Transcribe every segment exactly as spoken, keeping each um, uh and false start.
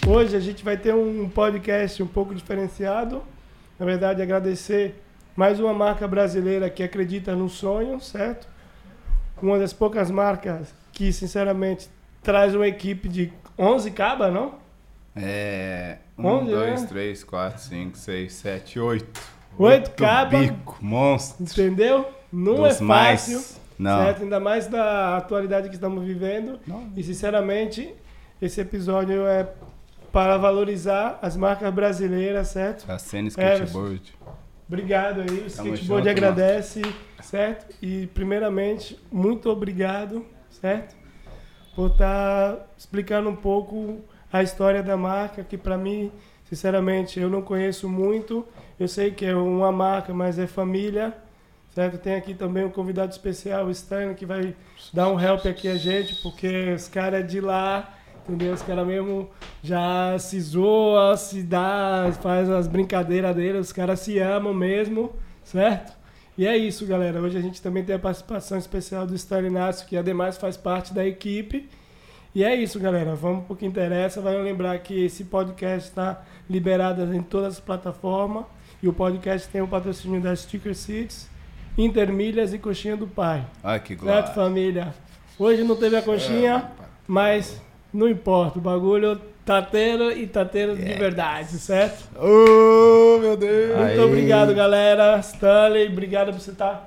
Hoje a gente vai ter um podcast um pouco diferenciado. Na verdade, agradecer mais uma marca brasileira que acredita no sonho, certo? Uma das poucas marcas que, sinceramente, traz uma equipe de onze cabas, não? É... Um, onze, dois, né? três, quatro, cinco, seis, sete, oito. Oito cabas. Bico, monstro. Entendeu? Não Dos é fácil. mais. Não. Certo? Ainda mais da atualidade que estamos vivendo. Não. E, sinceramente, esse episódio é para valorizar as marcas brasileiras, certo? A cena skateboard. Obrigado aí, o Tamo Skateboard junto, agradece, certo? E, primeiramente, muito obrigado, certo? Por estar explicando um pouco a história da marca, que para mim, sinceramente, eu não conheço muito. Eu sei que é uma marca, mas é família, certo? Tem aqui também um convidado especial, o Stanley, que vai dar um help aqui a gente, porque os caras de lá, entendeu? Os caras mesmo já se zoam, se dá, faz as brincadeiras deles, os caras se amam mesmo, certo? E é isso, galera. Hoje a gente também tem a participação especial do Stanley Inácio, que ademais faz parte da equipe. E é isso, galera. Vamos pro que interessa. Vai lembrar que esse podcast está liberado em todas as plataformas. E o podcast tem o patrocínio da Sticker Seeds, Intermilhas e Coxinha do Pai. Ai, que glória. Certo, família? Hoje não teve a coxinha, mas não importa. O bagulho tá tendo e tá tendo yes. de verdade, certo? Oh, meu Deus! Muito Aí. obrigado, galera. Stanley, obrigado por você estar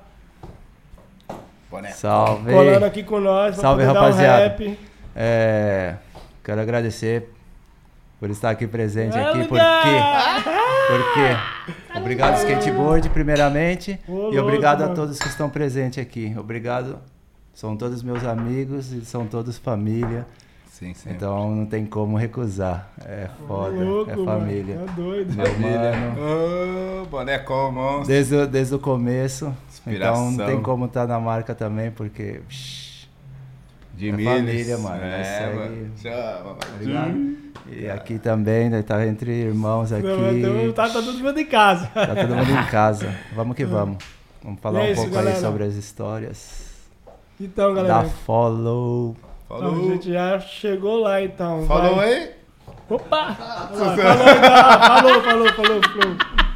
Salve! colando aqui com nós. Salve, pra poder rapaziada. dar um rap. É, quero agradecer por estar aqui presente É, aqui, legal. porque, porque obrigado Skateboard primeiramente Ô, e louco, obrigado mano. a todos que estão presentes aqui. Obrigado, são todos meus amigos e são todos família, Sim, sim. então não tem como recusar. É foda, Louco, é mano. família. Tá doido. Meu mano, Oh, boneco, monstro. desde, o- desde o começo, Inspiração. então não tem como estar na marca também, porque psh, De é milhas. família, mano. É, Nós segue- mano. Chama, Tá ligado? E aqui também, né, tá entre irmãos aqui. Não, então tá, tá todo mundo em casa. Tá todo mundo em casa. Vamos que vamos. Vamos falar É um isso, pouco galera. aí sobre as histórias Então, galera. da Follow. Falou. Então, a gente já chegou lá, então. Falou Vai. aí? Opa! Falou, então. falou, falou, falou, falou.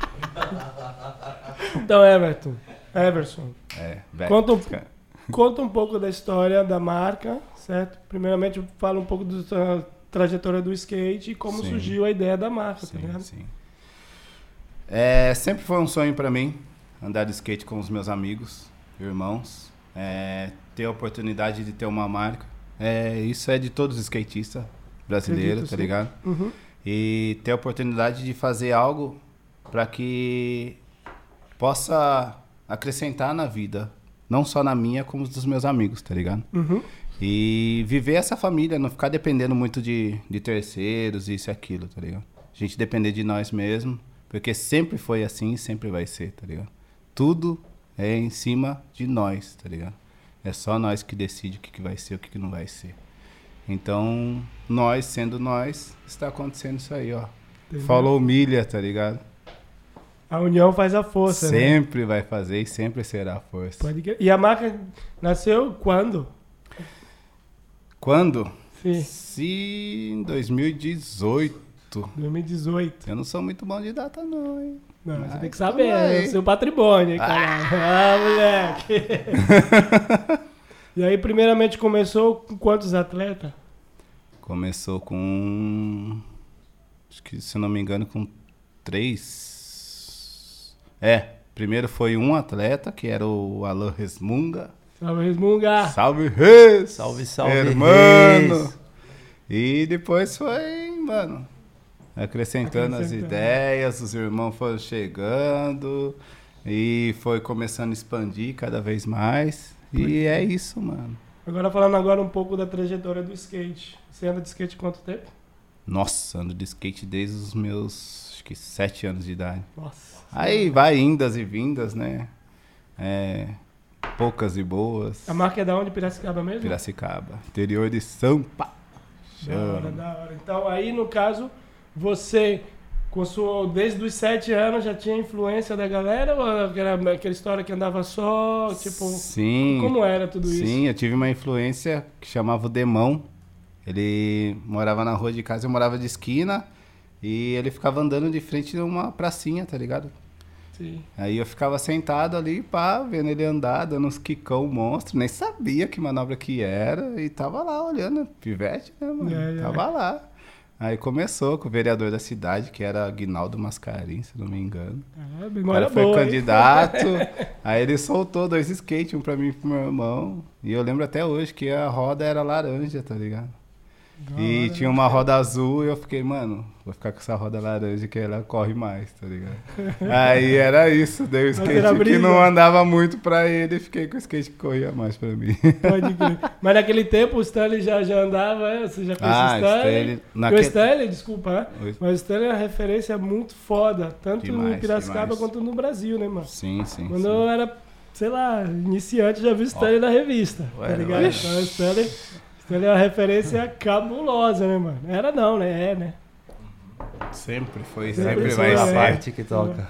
Então, Everton. Everson. É, velho. Conta um, conta um pouco da história da marca, certo? Primeiramente, fala um pouco da sua trajetória do skate e como Sim. surgiu a ideia da marca, tá Sim, ligado? sim. É, sempre foi um sonho pra mim andar de skate com os meus amigos, irmãos, é, ter a oportunidade de ter uma marca. É, isso é de todos os skatistas brasileiros, Acredito, tá sim. ligado? Uhum. E ter a oportunidade de fazer algo para que possa acrescentar na vida, não só na minha, como dos meus amigos, tá ligado? Uhum. E viver essa família, não ficar dependendo muito de, de terceiros, isso e aquilo, tá ligado? A gente depender de nós mesmos, porque sempre foi assim e sempre vai ser, tá ligado? Tudo é em cima de nós, tá ligado? É só nós que decide o que, que vai ser e o que, que não vai ser. Então, nós, sendo nós, está acontecendo isso aí, ó. Entendeu? Falou milha, tá ligado? A união faz a força, né? Sempre vai fazer e sempre será a força. Pode crer. E a marca nasceu quando? Quando? Sim, Se em dois mil e dezoito. dois mil e dezoito. Eu não sou muito bom de data, não, hein? Não, Mas você tem que tamo saber, aí. é o seu patrimônio, hein, caralho. Ah, moleque. E aí, primeiramente, começou com quantos atletas? Começou com... Acho que, se eu não me engano, com três... É, primeiro foi um atleta, que era o Alan Resmunga. Salve, Resmunga. Salve, Reis! Salve, salve, Hermano! Reis! E depois foi, mano, acrescentando, as Acrescentando. ideias, os irmãos foram chegando e foi começando a expandir cada vez mais. E é isso, mano. Agora, falando agora um pouco da trajetória do skate. Você anda de skate quanto tempo? Nossa, ando de skate desde os meus, acho que sete anos de idade. Nossa. Aí vai indas e vindas, né? É, poucas e boas. A marca é da onde? Piracicaba mesmo? Piracicaba, interior de São Paulo. Da hora, da hora. Então, aí, no caso, você, com sua, desde os sete anos, já tinha influência da galera? Ou era aquela história que andava só? Tipo, Sim. como era tudo isso? Sim, eu tive uma influência que chamava o Demão, Ele morava na rua de casa, eu morava de esquina. E ele ficava andando de frente de uma pracinha, tá ligado? Sim. Aí eu ficava sentado ali, pá, vendo ele andar, dando uns quicão monstro. Nem sabia que manobra que era. E tava lá olhando, pivete, né, mano? É, é. Tava lá. Aí começou com o vereador da cidade, que era Aguinaldo Mascarim, se não me engano. Ah, O memória cara foi boa, hein? candidato. Aí ele soltou dois skates, um pra mim e pro meu irmão. E eu lembro até hoje que a roda era laranja, tá ligado? E tinha uma roda azul e eu fiquei, mano, vou ficar com essa roda laranja que ela corre mais, tá ligado? Aí era isso, dei o skate que não andava muito pra ele e fiquei com o skate que corria mais pra mim. Pode crer. Mas naquele tempo o Stanley já, já andava, é? Você já conhecia Ah, o Stanley? Stanley, naquele... O Stanley, desculpa, né? Oi. Mas o Stanley é uma referência muito foda, tanto Demais, em Piracicaba demais. quanto no Brasil, né, mano? Sim, sim, Quando sim. eu era, sei lá, iniciante, já vi o Stanley na revista, Ué, tá ligado? ué. Então o Stanley, Stanley é uma referência cabulosa, né, mano? Era não, né? É, né? Sempre foi, Sempre sempre foi, vai a é. ser. parte que toca.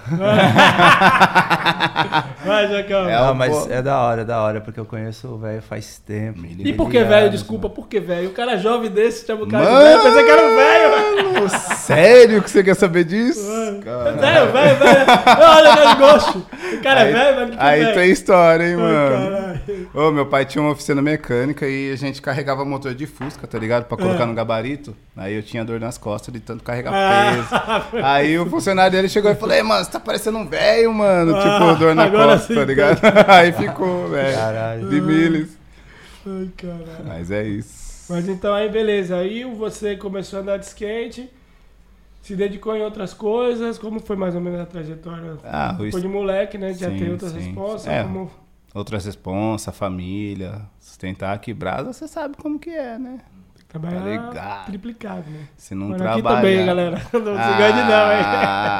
Vai, Jacão. É, Não, o mas pô- é da hora, é da hora, porque eu conheço o velho faz tempo. Mil E por que Ele velho? anos, Desculpa, mano. por que velho? O cara jovem desse chama o cara de Mano! velho, pensei que era um velho, mano. Sério que você quer saber disso? Caralho. Velho, velho, velho. Olha, velho, gosto. O cara é Aí- velho, mano. Que Aí velho? tem história, hein, Ai, mano. caralho. Ô, meu pai tinha uma oficina mecânica e a gente carregava motor de Fusca, tá ligado? Pra colocar É. no gabarito. Aí eu tinha dor nas costas de tanto carregar Ah, peso. Aí o funcionário dele chegou e falou: Ei, mano, você tá parecendo um velho, mano. Ah, tipo, dor na agora costa, sim, tá ligado? Aí ficou, velho. Caralho. De milhas. Ai, caralho. Mas é isso. Mas então aí, beleza. Aí você começou a andar de skate, se dedicou em outras coisas. Como foi mais ou menos a trajetória? Ah, o Depois de moleque, né? Já Sim, tem outras sim. respostas. É. Como... Outras responsas, família, sustentar aqui brasa, você sabe como que é, né? Trabalhar Tá ligado. triplicado, né? Se não Mas aqui trabalhar... também, galera. Não se ganha não, hein?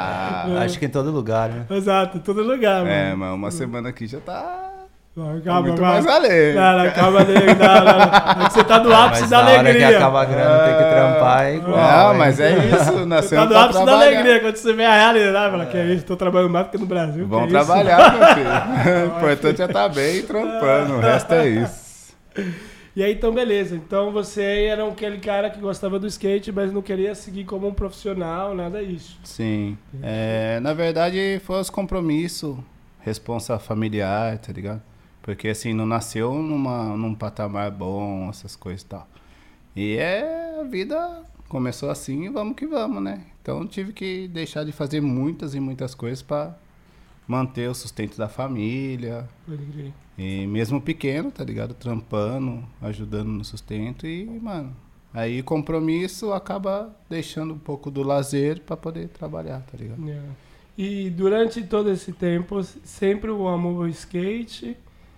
Ah, Acho que em todo lugar, né? Exato, em todo lugar, mano. é, mas uma semana aqui já tá... Não, tá calma, muito vai. mais além. Não, não, calma, nego. Não, não, não. É que você tá do ápice Mas da na hora que alegria. acaba a grana, tem que trampar é igual. Não, hein? mas é isso, Você nasceu tá do pra ápice da trabalhar. alegria. Quando você vê a realidade, fala, que é isso, tô trabalhando mais do que no Brasil. Vamos que é isso? trabalhar, meu filho. O importante é estar bem e trampando, o resto é isso. E aí, então, beleza. Então, você era aquele cara que gostava do skate, mas não queria seguir como um profissional, nada disso. Sim, é, na verdade foi os compromissos, responsa familiar, tá ligado? Porque assim, não nasceu numa, num patamar bom, essas coisas e tal. E é, a vida começou assim e vamos que vamos, né? Então tive que deixar de fazer muitas e muitas coisas pra manter o sustento da família. Pode crer. E mesmo pequeno, tá ligado? Trampando, ajudando no sustento e, mano, aí compromisso acaba deixando um pouco do lazer pra poder trabalhar, tá ligado? É. E durante todo esse tempo, sempre o amor ao skate,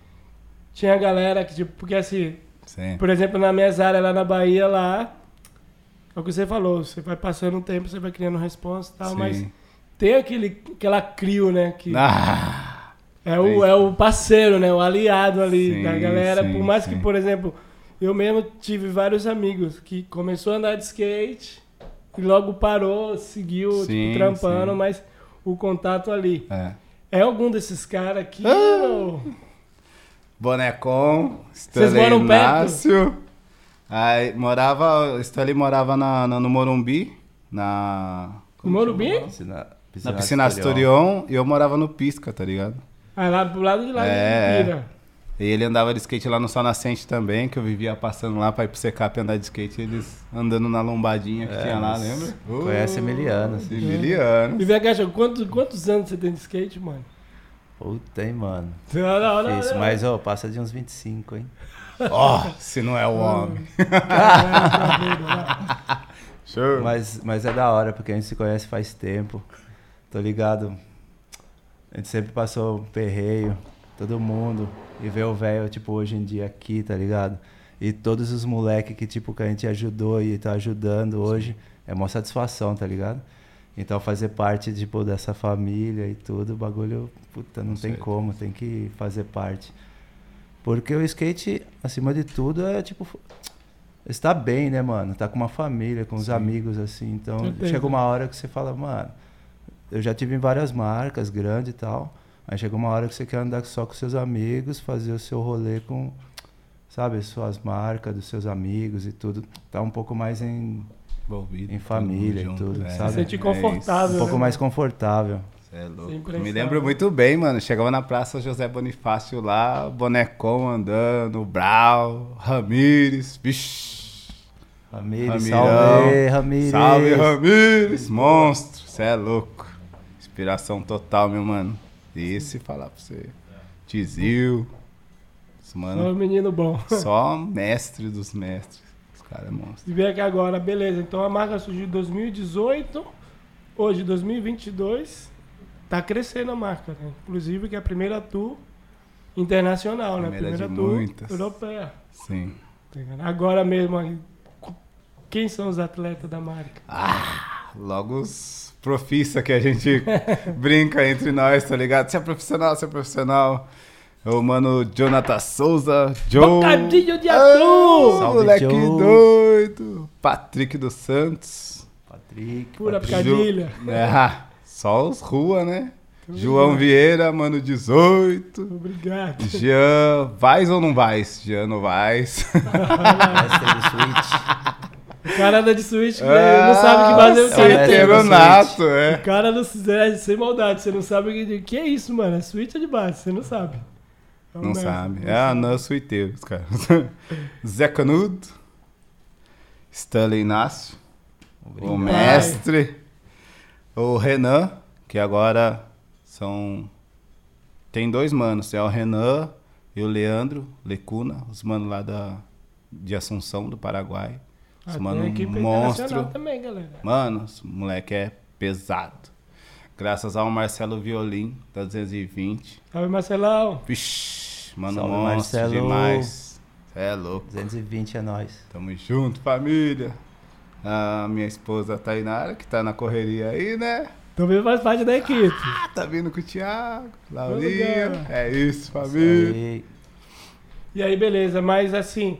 tinha a galera que, tipo, porque assim, Sim. por exemplo, na minha área lá na Bahia, lá, é o que você falou, você vai passando um tempo, você vai criando resposta e tal, Sim. mas tem aquele, aquela crio, né, que Ah, é, o, é o parceiro, né, o aliado ali Sim, da galera, sim, por mais que, sim. por exemplo, eu mesmo tive vários amigos que começou a andar de skate e logo parou, seguiu, Sim, tipo, trampando, sim. mas o contato ali. é. É algum desses caras aqui? Ah! ou- Bonecon, Vocês Stanley moram perto? Inácio. Aí morava, o Stanley morava na, na- no Morumbi, na, No Morumbi? Piscina, na piscina Astorion, e eu morava no Pisca, tá ligado? Ah, lá pro lado de lá É. de Pira. E ele andava de skate lá no Sol Nascente também, que eu vivia passando lá pra ir pro Secap andar de skate, eles andando na lombadinha que É, tinha lá, mas lembra? conhece Emiliano, assim. Emiliano. E vem cá, João, quantos, quantos anos você tem de skate, mano? Puta, hein, mano. Não, não, não, Isso, não. mas, ó, passa de uns vinte e cinco, hein? Ó, se não é o homem. Caralho, tá doido, vai. Show. Mas, mas é da hora, porque a gente se conhece faz tempo. Tô ligado? A gente sempre passou um perreio, todo mundo. E ver o velho, tipo, hoje em dia aqui, tá ligado? E todos os moleques que, tipo, que a gente ajudou e tá ajudando hoje, é uma satisfação, tá ligado? Então fazer parte, tipo, dessa família e tudo, o bagulho, puta, não tem certeza. como, tem que fazer parte. Porque o skate, acima de tudo, é tipo... Está bem, né, mano? Tá com uma família, com os Sim. amigos, assim. Então, Certeza. chega uma hora que você fala, mano... Eu já tive em várias marcas, grandes e tal. Aí chega uma hora que você quer andar só com seus amigos, fazer o seu rolê com... sabe, suas marcas, dos seus amigos e tudo. Tá um pouco mais em, Envolvido. em família junto, e tudo, é. sabe? Se sentir É confortável. Um pouco né? mais confortável. Cê é louco. Sempre Me é lembro sábado. muito bem, mano. Chegava na Praça José Bonifácio lá, bonecão andando, Brau, Ramires, vixi. Ramires, Ramirão. salve, Ramires. Salve, Ramires, monstro. Cê é louco. Inspiração total, meu mano. E se falar pra você. Tizil. Esse Só mano, um menino bom. só mestre dos mestres. Os caras é monstro. E vem aqui agora, beleza. Então a marca surgiu em dois mil e dezoito. Hoje, dois mil e vinte e dois. Tá crescendo a marca, né? Inclusive que é a primeira tour internacional, né? Primeira de Primeira tour muitas. europeia. Sim. Tá ligado? Agora mesmo, aí, quem são os atletas da marca? Ah, logo os profissa que a gente brinca entre nós, tá ligado? Você é profissional, você é profissional. O mano Jonathan Souza, Joe. Bocadinho de Ah, atum! Salve, moleque Joe. doido. Patrick dos Santos. Patrick, Pura Patrick. picadilha. É, só os rua, né? João Vieira, mano dezoito. Obrigado. Jean, vais ou não vais? Jean não vais. Mestre do Switch. O cara anda de switch, né? Não sabe o que fazer o é o que mestre Inteiro do nato, O é. cara não é, sem maldade, você não sabe o que, que é isso, mano. É switch ou de base, você não sabe. É o Não mestre, sabe. não É a sabe. Nan Suiteiro, os caras. Zé Canudo. Stanley Inácio. O Obrigado. mestre. O Renan, que agora são... Tem dois manos. É o Renan e o Leandro Lecuna. Os manos lá da... de Assunção, do Paraguai. Ah, Os tem mano a equipe monstro. internacional também, galera. Mano, os moleque é pesado. Graças ao Marcelo Violim, da duzentos e vinte. Salve, Marcelão. Vixe, mano, Salve, monstro Marcelo. demais. Cê é louco. duzentos e vinte é nóis. Tamo junto, família. A minha esposa Tainara, que tá na correria aí, né? Também faz parte da equipe. Ah, tá vindo com o Thiago, Laurinha. legal. É isso, Isso família. aí. E aí, beleza, mas assim,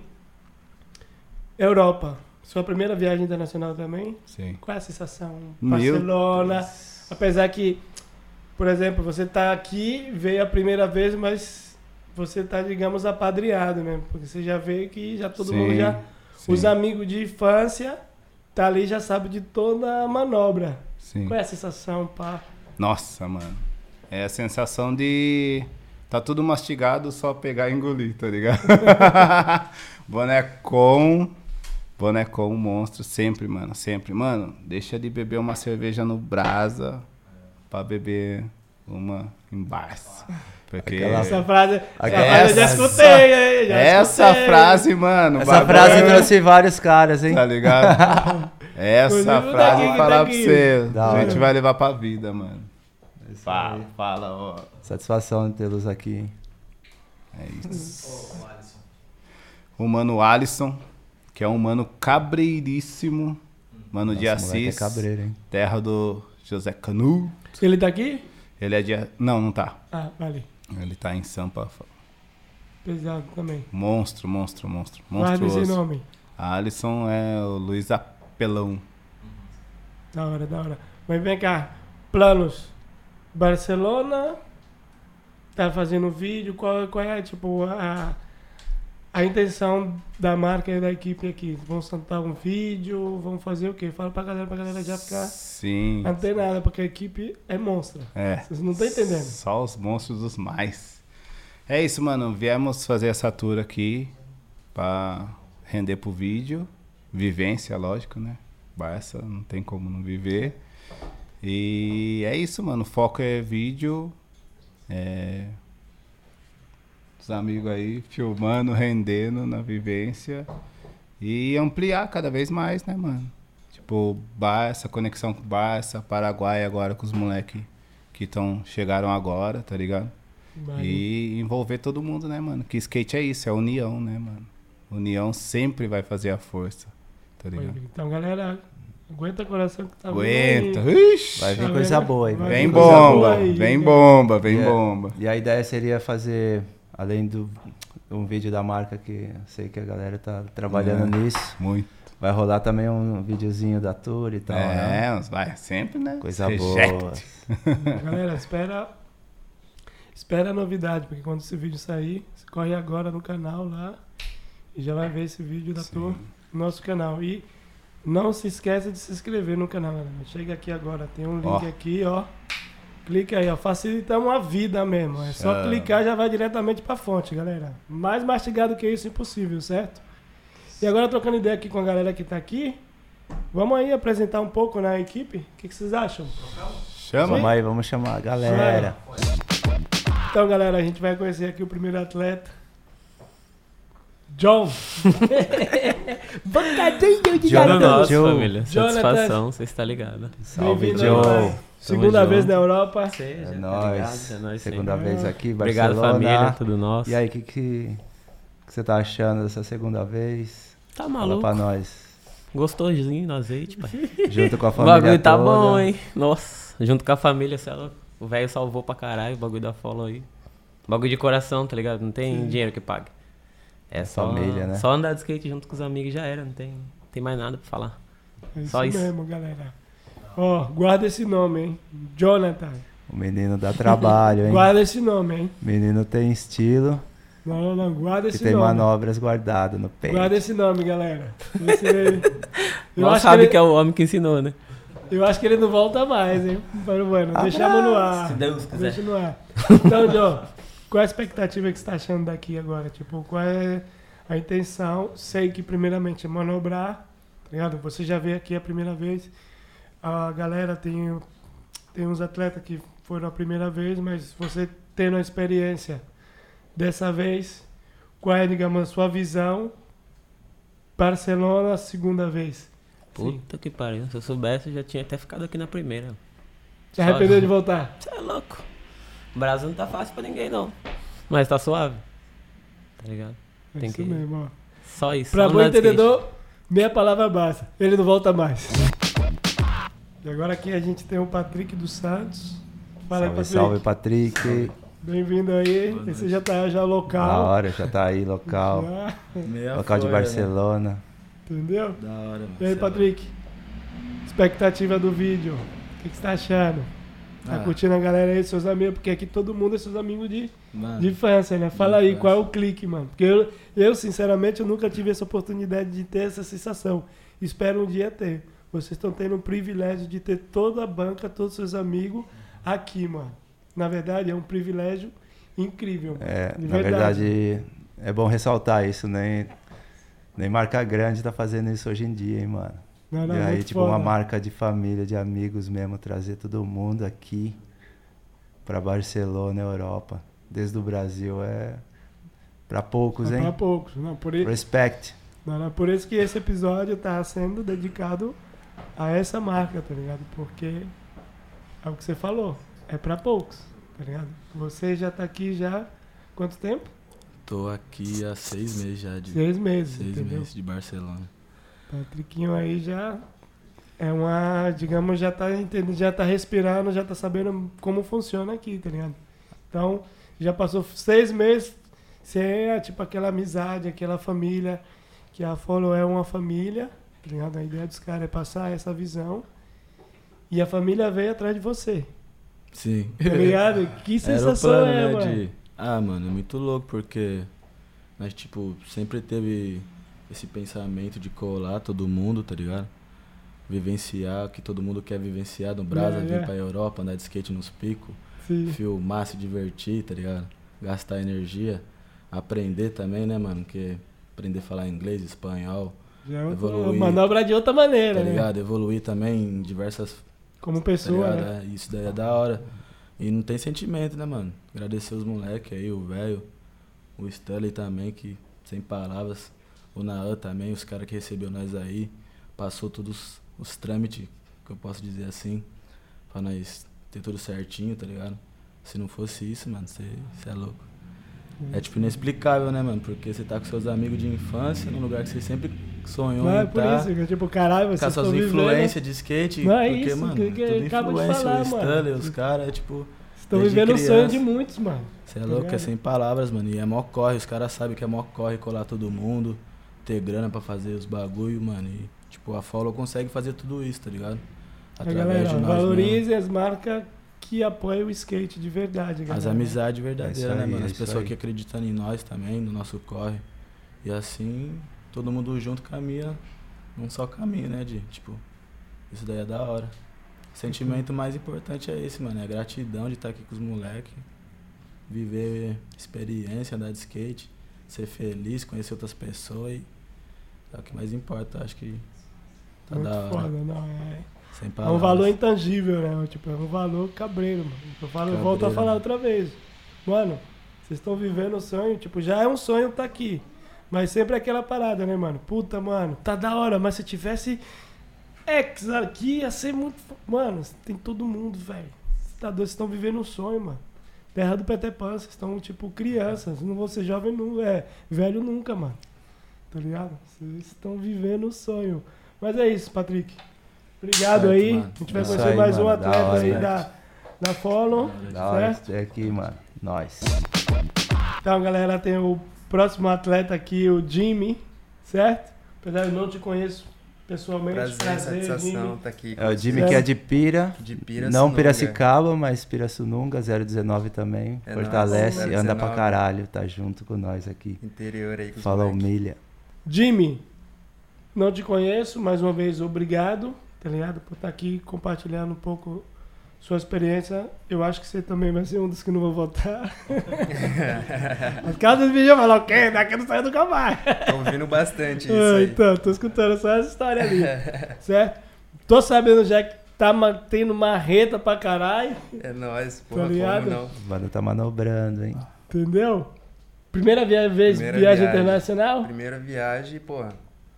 Europa, sua primeira viagem internacional também? Sim. Qual é a sensação? Meu Barcelona, Deus. apesar que, por exemplo, você tá aqui, veio a primeira vez, mas você tá, digamos, apadreado, né? Porque você já veio que já todo Sim, mundo já... sim, Os amigos de infância, tá ali, já sabe de toda a manobra. sim. Qual é a sensação, pá? Nossa, mano. É a sensação de... Tá tudo mastigado, só pegar e engolir, tá ligado? Bonecão. Bonecão, monstro. Sempre, mano. Sempre. Mano, deixa de beber uma cerveja no brasa pra beber uma em Barça. Porque... Aquela- Essa frase, essa Aquela- frase eu já essa- escutei, hein? Já Essa escutei. frase, mano. Essa bagulho- frase trouxe vários caras, hein? Tá ligado? Essa Inclusive, frase daqui, eu vou falar pra daqui. você. Da A gente hora. vai levar pra vida, mano. Isso Fala, aí. fala, ó. Satisfação de tê-los aqui, hein? É isso. O mano Alisson, que é um mano cabreiríssimo. Mano de Nossa, moleque Assis. é cabreiro, hein? Terra do José Canu. Ele tá aqui? Ele é de... Não, não tá. Ah, vale. Ele tá em Sampa. Pesado também. Monstro, monstro, monstro. Guarda esse Monstruoso. nome. A Alisson é o Luiz Apelão. Da hora, da hora. Mas vem cá, planos. Barcelona, tá fazendo vídeo, qual, qual é, tipo, a, a intenção da marca e da equipe aqui? Vão soltar um vídeo, vão fazer o quê? Fala pra galera, pra galera já ficar Sim. antenada, porque a equipe é monstra. É. Vocês não estão entendendo. Só os monstros dos mais. É isso, mano. Viemos fazer essa tour aqui pra render pro vídeo. Vivência, lógico, né? Barça, não tem como não viver. E é isso, mano. O foco é vídeo. É... Os amigos aí filmando, rendendo na vivência. E ampliar cada vez mais, né, mano? Tipo, Barça, conexão com Barça, Paraguai agora com os moleques que tão, chegaram agora, tá ligado? Vai. E envolver todo mundo, né, mano? Que skate é isso, é união, né, mano? União sempre vai fazer a força, tá Vai ligado? vir. Então, galera, aguenta o coração que tá Aguenta. vindo aí. Ixi. Vai vir Tá coisa vendo? boa aí. Vai vai Vem vir coisa boa bomba, aí, vem né? bomba, vem E é- bomba. E a ideia seria fazer, além do um vídeo da marca, que eu sei que a galera tá trabalhando É. nisso, Muito. vai rolar também um videozinho da tour e tal, né? É, uns vai sempre, né? Coisa Reject. boa. Galera, espera, espera a novidade, porque quando esse vídeo sair, você corre agora no canal lá e já vai ver esse vídeo da tua no nosso canal. E não se esqueça de se inscrever no canal, galera. Chega aqui agora, tem um link Ó. aqui, ó. Clica aí, ó. Facilitamos a vida mesmo. É só Ah. clicar, já vai diretamente pra fonte, galera. Mais mastigado que isso, impossível, certo? E agora, trocando ideia aqui com a galera que tá aqui, vamos aí apresentar um pouco na equipe. O que, que vocês acham? Chama. Vamos aí, vamos chamar a galera. Então, galera, a gente vai conhecer aqui o primeiro atleta. John. Bocadinho de Jonathan. garoto. Nossa, Joe. família. Jonathan. Satisfação, você está ligado. Salve, Bem-vindo Joe. aí, pai. Segunda junto. vez na Europa. Seja, É tá nóis. ligado? É nóis Segunda sempre. vez aqui, Obrigado, Barcelona. família, tudo nosso. E aí, o que, que, que você tá achando dessa segunda vez? Tá Fala maluco? pra nós. Gostosinho no azeite, pai. Junto com a O família bagulho tá toda. bom, hein? Nossa, junto com a família, cê é louco. O velho salvou pra caralho o bagulho da follow aí. Bagulho de coração, tá ligado? Não tem Sim. dinheiro que pague. É só, família, né? só andar de skate junto com os amigos já era, não tem, tem mais nada pra falar. É isso Só isso. mesmo, galera. Ó, guarda esse nome, hein? Jonathan. O menino dá trabalho, hein? Guarda esse nome, hein? Menino tem estilo Não, não, não. Guarda e esse tem nome. manobras guardadas no peito. Guarda esse nome, galera. Esse... Eu, Mal acho que sabe ele... que é o homem que ensinou, né? Eu acho que ele não volta mais, hein? Mas, bueno, deixamos no ar. Se Deus quiser. Deixa no ar. Então, John, qual é a expectativa que você está achando daqui agora? Tipo, qual é a intenção? Sei que primeiramente é manobrar, tá ligado? Você já veio aqui a primeira vez. A galera tem, tem uns atletas que foram a primeira vez, mas você tendo a experiência dessa vez, qual é, digamos, a sua visão? Barcelona, segunda vez. Sim. Puta que pariu. Se eu soubesse, eu já tinha até ficado aqui na primeira. Se arrependeu de voltar? Você é louco. O Brasil não tá fácil pra ninguém, não. Mas tá suave. Tá ligado? É Tem isso que- mesmo, ó. Só isso. Pra só bom andar de skate. entendedor, meia palavra basta. Ele não volta mais. E agora aqui a gente tem o Patrick dos Santos. Fala aí, Salve, Patrick. salve, Patrick. Bem-vindo aí. Esse já tá já Da local. hora, já tá aí, local. Já, Meia Local de folha, Barcelona. entendeu? Né? Da hora, mano. E aí, Cê é Patrick? Expectativa do vídeo. O que, que você tá achando? Tá Ah. curtindo a galera aí, seus amigos? Porque aqui todo mundo é seus amigos de, louco. Mano, de infância, né? Fala de aí, infância. qual é o clique, mano? Porque eu, eu, sinceramente, eu nunca tive essa oportunidade de ter essa sensação. Espero um dia ter. Vocês estão tendo o privilégio de ter toda a banca, todos os seus amigos aqui, mano. Na verdade, é um privilégio incrível. É, De na verdade, é bom ressaltar isso, nem, nem marca grande tá fazendo isso hoje em dia, hein, mano. Não, não, e aí, muito tipo, foda. uma marca de família, de amigos mesmo, trazer todo mundo aqui pra Barcelona, Europa, desde o Brasil, é pra poucos, Não, hein? pra poucos. Não, por, i- Respect. não, não, por isso que esse episódio tá sendo dedicado a essa marca, tá ligado? Porque é o que você falou. É pra poucos, tá ligado? Você já tá aqui já há quanto tempo? tô aqui há seis meses já. De, Seis meses, seis entendeu? meses de Barcelona. Patriquinho aí já é uma, digamos, já tá entendendo, já tá respirando, já tá sabendo como funciona aqui, tá ligado? Então, já passou seis meses sem, tipo, aquela amizade, aquela família, que a Follow é uma família, tá ligado? A ideia dos caras é passar essa visão e a família veio atrás de você, Sim. tá ligado? Que Era o sensação plano, é, né, mano? de... Ah, mano, é muito louco porque nós, tipo, sempre teve esse pensamento de colar todo mundo, tá ligado? Vivenciar o que todo mundo quer vivenciar no Brasa, É, vir é. pra Europa, andar de skate nos picos, Sim. filmar, se divertir, tá ligado? Gastar energia, aprender também, né, mano? Porque aprender a falar inglês, espanhol, Já é uma evoluir, manobra de outra maneira, tá né? ligado? Evoluir também em diversas Como tá pessoa, ligado? né? É, isso daí é da hora. E não tem sentimento, né, mano? Agradecer os moleques aí, o velho, o Stanley também, que sem palavras. O Naan também, os caras que recebeu nós aí. Passou todos os trâmites, que eu posso dizer assim, pra nós ter tudo certinho, tá ligado? Se não fosse isso, mano, você é louco. É tipo inexplicável, né, mano? Porque você tá com seus amigos de infância, num lugar que você sempre sonhou Não em é por tá. isso, que, tipo, caralho, Com vocês as estão suas vivendo... influências de skate, Não, é porque, isso, mano, que- que tudo acaba de influência, falar, o Stanley, mano. os caras, é tipo... Estão desde vivendo o sonho criança. de muitos, mano. Você é Tá louco, é ligado? sem palavras, mano. E é mó corre, os caras sabem que é mó corre colar todo mundo, ter grana pra fazer os bagulho, mano. E, tipo, a Follow consegue fazer tudo isso, tá ligado? A galera, de nós mesmo. valorize as marcas que apoiam o skate de verdade, galera. As amizades É verdadeiras, isso né, aí, mano? é As isso pessoas aí. que acreditam em nós também, no nosso corre. E assim, todo mundo junto caminha num só caminho, né? De, tipo, isso daí é da hora. O sentimento mais importante é esse, mano. É a gratidão de estar aqui com os moleques. Viver experiência, andar de skate. Ser feliz, conhecer outras pessoas. E é o que mais importa, acho que tá Muito da hora. foda, não, é. Sem É palavras. um valor intangível, né? Tipo, é um valor cabreiro, mano. Eu falo, eu volto a Cabreiro, falar né? outra vez. Mano, vocês estão vivendo o sonho, tipo, já é um sonho estar aqui. Mas sempre é aquela parada, né, mano? Puta, mano, tá da hora, mas se tivesse X aqui, ia ser muito. fo- Mano, tem todo mundo, velho. Você tá doido, vocês estão vivendo um sonho, mano. Terra do Peter Pan, vocês estão, tipo, crianças. Não vão ser jovem nunca, é, velho nunca, mano. Tá ligado? Vocês estão vivendo o sonho. Mas é isso, Patrick. Obrigado Certo, aí. mano. A gente vai Isso conhecer aí, mais um mano. Da atleta hora, aí né? da, da Follow. Da hora Certo? ter aqui, mano. Nós. Então, galera, tem o próximo atleta aqui, o Jimmy, certo? Apesar de eu não te conheço pessoalmente. Prazer, satisfação Jimmy. estar aqui. É o Jimmy Certo. que é de Pira. De Não Pirassununga. Piracicaba, mas Pirassununga, zero dezenove também. É Fortalece, nóis, anda zero pra dezenove. caralho, tá junto com nós aqui. Interior aí com os Fala moleque. humilha. Jimmy, não te conheço, mais uma vez, obrigado, tá ligado? Por estar aqui compartilhando um pouco sua experiência. Eu acho que você também vai ser um dos que não vão votar. As casas do vídeo vão falar, o quê? Daqui não saiu nunca mais. Tô ouvindo bastante isso Ah, aí. então, tô escutando só essa história ali, certo? Tô sabendo já que tá ma- tendo marreta pra caralho, É nóis, Tá porra, ligado? como não? O mano tá manobrando, hein? entendeu? Primeira via- vez Primeira viagem viagem. internacional? Primeira viagem, porra.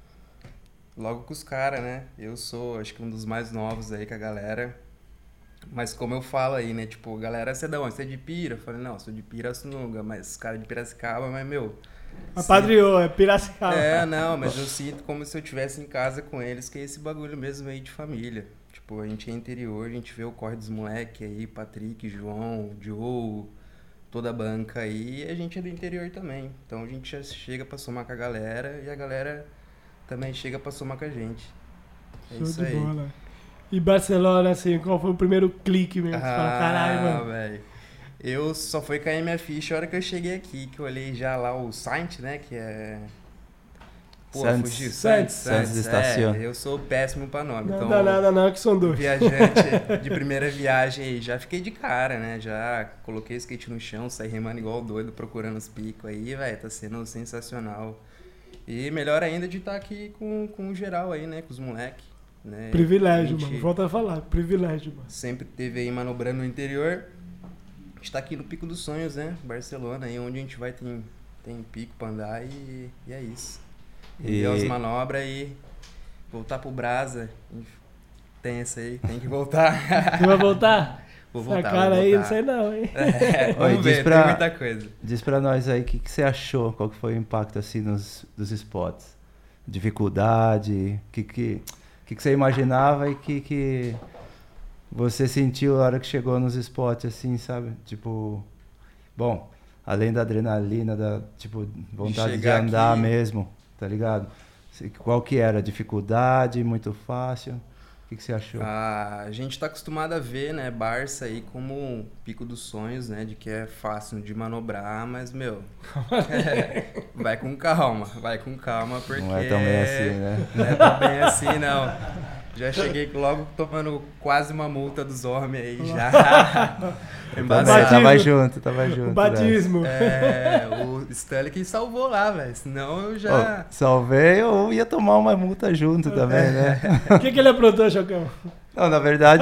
Logo com os caras, né? Eu sou, acho que um dos mais novos aí com a galera. Mas como eu falo aí, né? Tipo, galera, você é da onde? Você é de Pira? Eu falei, não, sou de Pirassununga, mas os caras de Piracicaba, mas, meu... Apadriou, é Piracicaba. É, não, mas eu sinto como se eu estivesse em casa com eles, que é esse bagulho mesmo aí de família. Tipo, a gente é interior, a gente vê o corre dos moleques aí, Patrick, João, Joe, toda a banca aí, e a gente é do interior também. Então a gente já chega pra somar com a galera e a galera também chega pra somar com a gente. É Show isso de aí. bola. E Barcelona, assim, qual foi o primeiro clique mesmo? Você fala, caralho, Ah, mano. velho. Eu só foi cair minha ficha a hora que eu cheguei aqui, que eu olhei já lá o Saint, né, que é... Pô, Santos. fugiu. Santos. Santos Estacion. É, eu sou péssimo pra nome, Não então... dá nada não, que são dois. Viajante de primeira viagem aí, já fiquei de cara, né? Já coloquei o skate no chão, saí remando igual doido, procurando os picos aí, velho, tá sendo sensacional. E melhor ainda de estar aqui com, com o geral aí, né? Com os moleques, né? Privilégio, A gente mano. Volta a falar, privilégio, mano. Sempre teve aí manobrando no interior. A gente tá aqui no Pico dos Sonhos, né? Barcelona, aí onde a gente vai tem, tem pico pra andar e, e é isso. E E- ver as manobras e voltar pro Brasa. Tem essa aí, tem que voltar. Tu vai voltar? Vou Essa voltar, cara vou aí, voltar. não sei não, hein? É, Oi, vamos diz ver, pra- tem muita coisa. Diz pra nós aí o que, que você achou, qual que foi o impacto assim nos dos spots? Dificuldade, o que, que, que, que você imaginava e o que, que você sentiu na hora que chegou nos spots, assim, sabe? Tipo, bom, além da adrenalina, da tipo, vontade de chegar andar aqui- mesmo, tá ligado? Se- Qual que era? Dificuldade, muito fácil? O que, que você achou? Ah, a gente tá acostumado a ver, né, Barça aí como um pico dos sonhos, né, de que é fácil de manobrar, mas, meu, é, vai com calma, vai com calma, porque... Não é tão bem assim, né? Não é tão bem assim, não. Já cheguei logo tomando quase uma multa dos homens aí, já. Eu Embaçado. também, tava junto, tava junto. O né? batismo. É, o Stanley que salvou lá, velho, senão eu já... Ô, salvei, eu ia tomar uma multa junto também, né? O que, que ele aprontou, Chocão? Não, na verdade,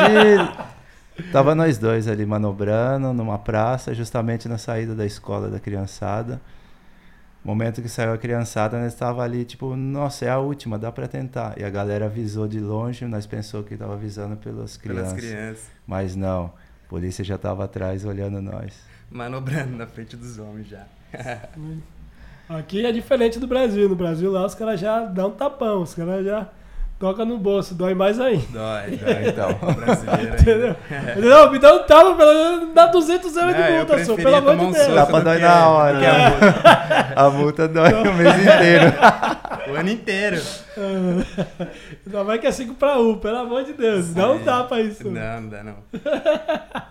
tava nós dois ali manobrando numa praça, justamente na saída da escola da criançada. Momento que saiu a criançada, nós tava ali, tipo, nossa, é a última, dá pra tentar. E a galera avisou de longe, nós pensou que tava avisando pelas crianças. Pelas crianças, Mas não, a polícia já tava atrás olhando nós. manobrando na frente dos homens já. Aqui é diferente do Brasil. No Brasil lá os caras já dão um tapão, os caras já tocam no bolso, dói mais ainda. Dói, dói, Então. brasileiro ainda. Entendeu? Não, me dá um tapa, pelo menos dá duzentos euros Não, de eu multa, só, preferia pelo amor tomar de um Deus. soco Dá pra do dói que- na hora, do que a né? multa. A multa dói o mês inteiro. O ano inteiro. Ainda vai que é cinco pra um, pelo amor de Deus. Não dá pra isso. Não, não dá não.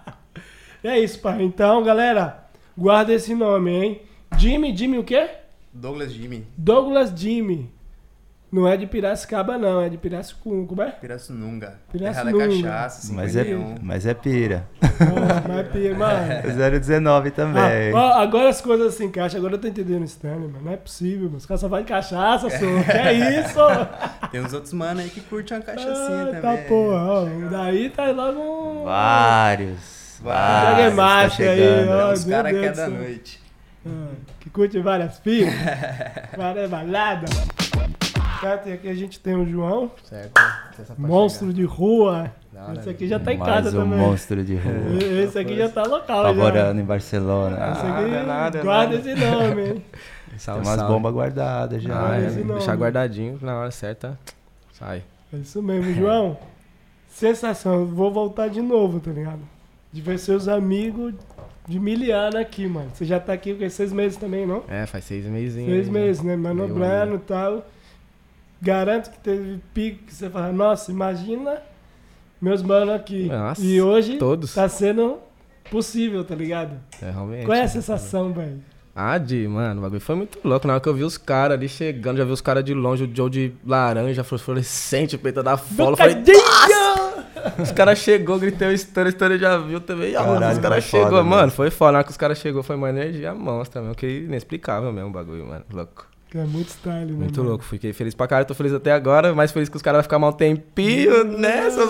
É isso, pai. Então, galera, guarda esse nome, hein? Jimmy, Jimmy o quê? Douglas Jimmy. Douglas Jimmy. Não é de Piracicaba, não. É de Piracicunha. Como é? Pirassununga. Pirassununga. Terra da Cachaça, Mas é, cinquenta e um. mas é pira. Nossa, mas pira, mano. zero dezenove também. Ah, ó, agora as coisas se encaixam. Agora eu tô entendendo o Stanley, mano. Não é possível, mano. Os caras só vai de cachaça, só. Que é isso? Tem uns outros mano aí que curtem uma cachaçinha Ah, também. tá porra, ó. Daí tá logo um... Vários. Joga Vários. macho tá aí, chegando. ó. Os Meu caras que Deus é do da céu. noite. Ah, que curte várias filhas, várias baladas. Certo, e aqui a gente tem o João, Certo. Essa pra monstro de rua. Da hora, Esse aqui já tá em Mais casa um também. monstro de rua. Esse aqui já tá local, Favorando em Barcelona. já. Esse Ah, aqui, Nada, nada, guarda nada. esse nome, hein? tem Salve, umas salve. bombas guardadas já. Ah, é, esse nome. deixar guardadinho na hora certa. Sai. É isso mesmo, João. Sensação, eu vou voltar de novo, tá ligado? De ver seus amigos de miliano aqui, mano. Você já tá aqui o quê? Seis meses também, não? É, faz seis meses. Seis meses, né? Manobrando e tal. Garanto que teve pico que você fala, nossa, imagina meus manos aqui. Nossa, e hoje todos. tá sendo possível, tá ligado? É, realmente. Qual é a sensação, velho? Ah, de, mano, o bagulho foi muito louco. Na hora que eu vi os caras ali chegando, já vi os caras de longe, o Joe de laranja, fluorescente, o peito da fola. Eu falei, nossa! Os caras chegou, gritei o Stanley, o Stanley já viu também. Ah, Caralho, os caras foi chegou, foda, mano, mano. foi foda. Na hora que os caras chegou, foi uma energia monstra, mesmo, que inexplicável mesmo o bagulho, mano. Louco. Que é muito style, né? Muito mano? louco, fiquei feliz pra caralho, tô feliz até agora, mais feliz que os caras vão ficar mal um tempinho, né, seus